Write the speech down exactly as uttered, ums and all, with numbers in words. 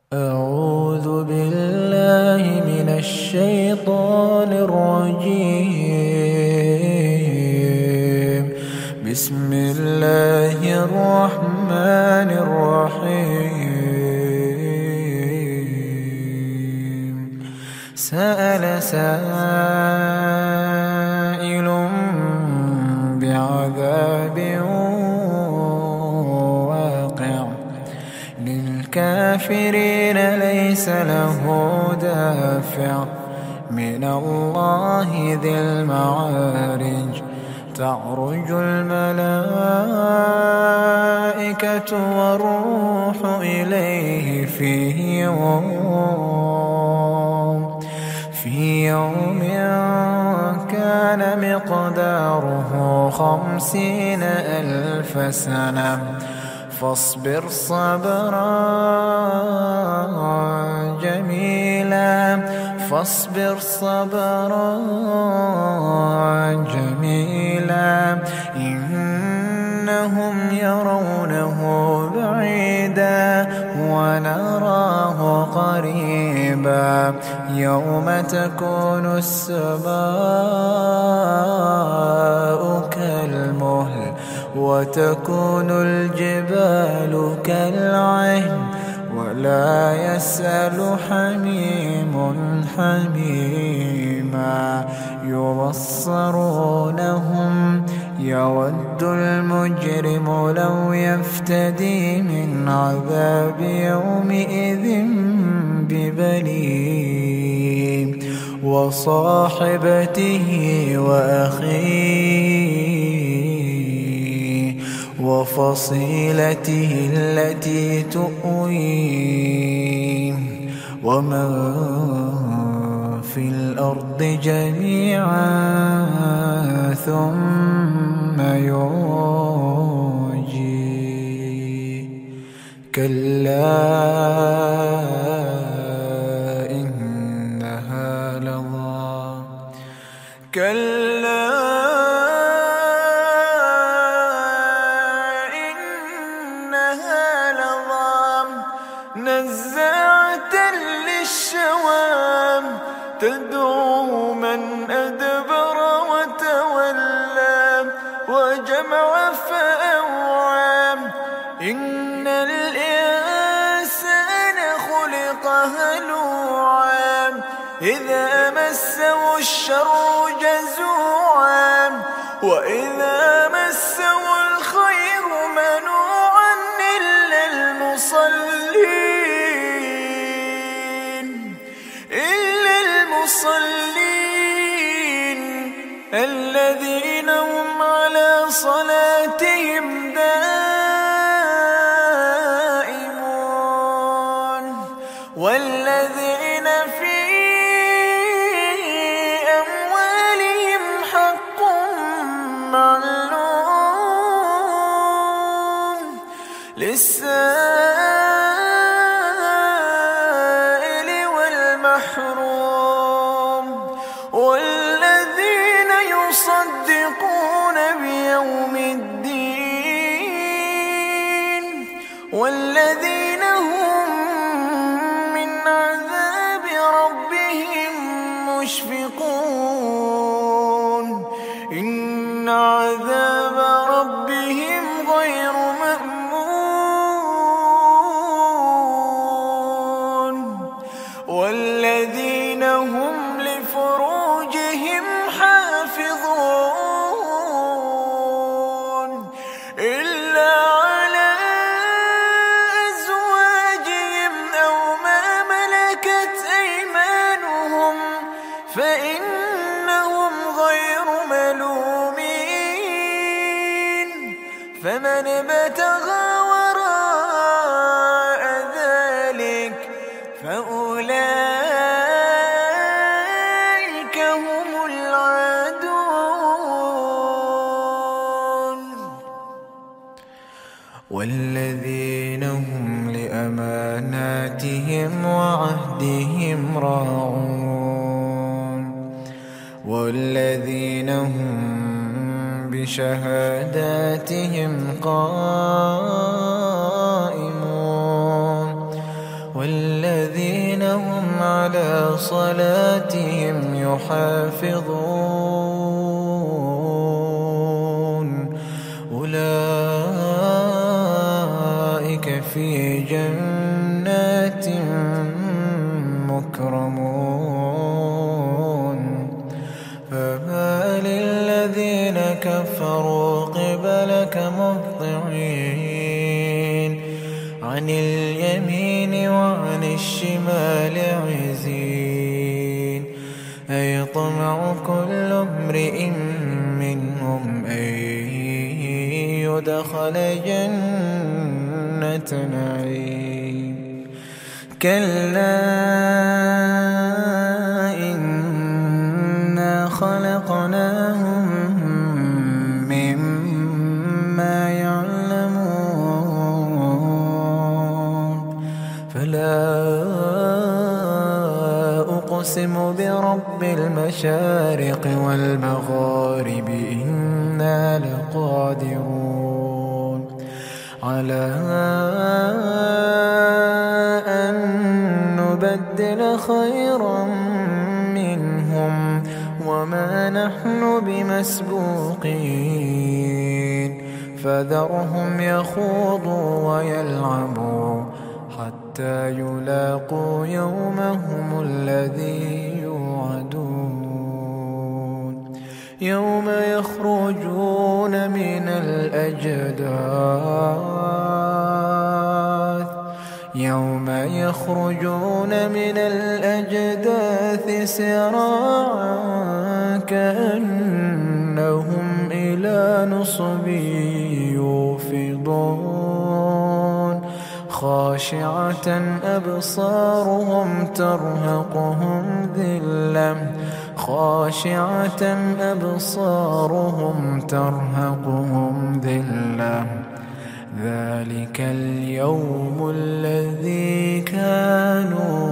أعوذ بالله من الشيطان الرجيم. بسم الله الرحمن الرحيم. سأل سائل بعذاب واقع للكافرين ليس له دافع من الله ذي المعارج. تعرج الملائكة والروح إليه في يوم في يوم كان مقداره خمسين ألف سنة فاصبر صبرا جميلا فاصبر صبرا جميلا إنهم يرونه بعيدا ونراه قريبا يوم تكون السماء كالمهل وتكون الجبال كالعهن ولا يسأل حميم حميما يبصرونهم يود المجرم لو يفتدي من عذاب يومئذ ببنيه وصاحبته وأخيه وفصيلته التي تؤويه ومن في الأرض جميعا ثم ينجيه كلا إنها لظى كلا إنها لظى نزاعة للشوى تدعو من أدبر وتولى وجمع فأوعى إن الإنسان خلق هلوعا إذا مسه الشر جزوعا وإذا مسه الخير منوعا إلا المصلين إلا المصلين الذين هم على صلاتهم دائمون والذين في أموالهم حق معلوم للسائل والمحروم والذين يصدقون بيوم الدين والذين هم من عذاب ربهم مشفقون إن عذاب ربهم غير مأمون والذين هم لفروجهم حافظون إلا على أزواجهم أو ما ملكت أيمانهم فإنهم غير ملومين فمن ابتغى وراء ذلك فأولئك هم العادون والذين هم لأماناتهم وعهدهم راعون والذين هم بشهاداتهم قائمون والذين هم على صلاتهم يحافظون أولئك في جنات مكرمون فما للذين كفروا قبلك مهطعين عن اليمين وعن الشمال عزين أيطمع كل امرئ منهم أن يدخل جنة نعيم كلا إنا خلقناهم مما يعلمون فلا أقسم برب المشارق والمغارب إنا لقادرون على أن نبدل خيرا منهم وما نحن بمسبوقين فذرهم يخوضوا ويلعبوا حتى يلاقوا يومهم الذي يوعدون يوم يخرجون من الأجداث يوم يخرجون من الأجداث سراعا كأنهم إلى نصب يوفضون خاشعة أبصارهم ترهقهم ذلة خاشعة أبصارهم ترهقهم ذلة ذلك اليوم الذي كانوا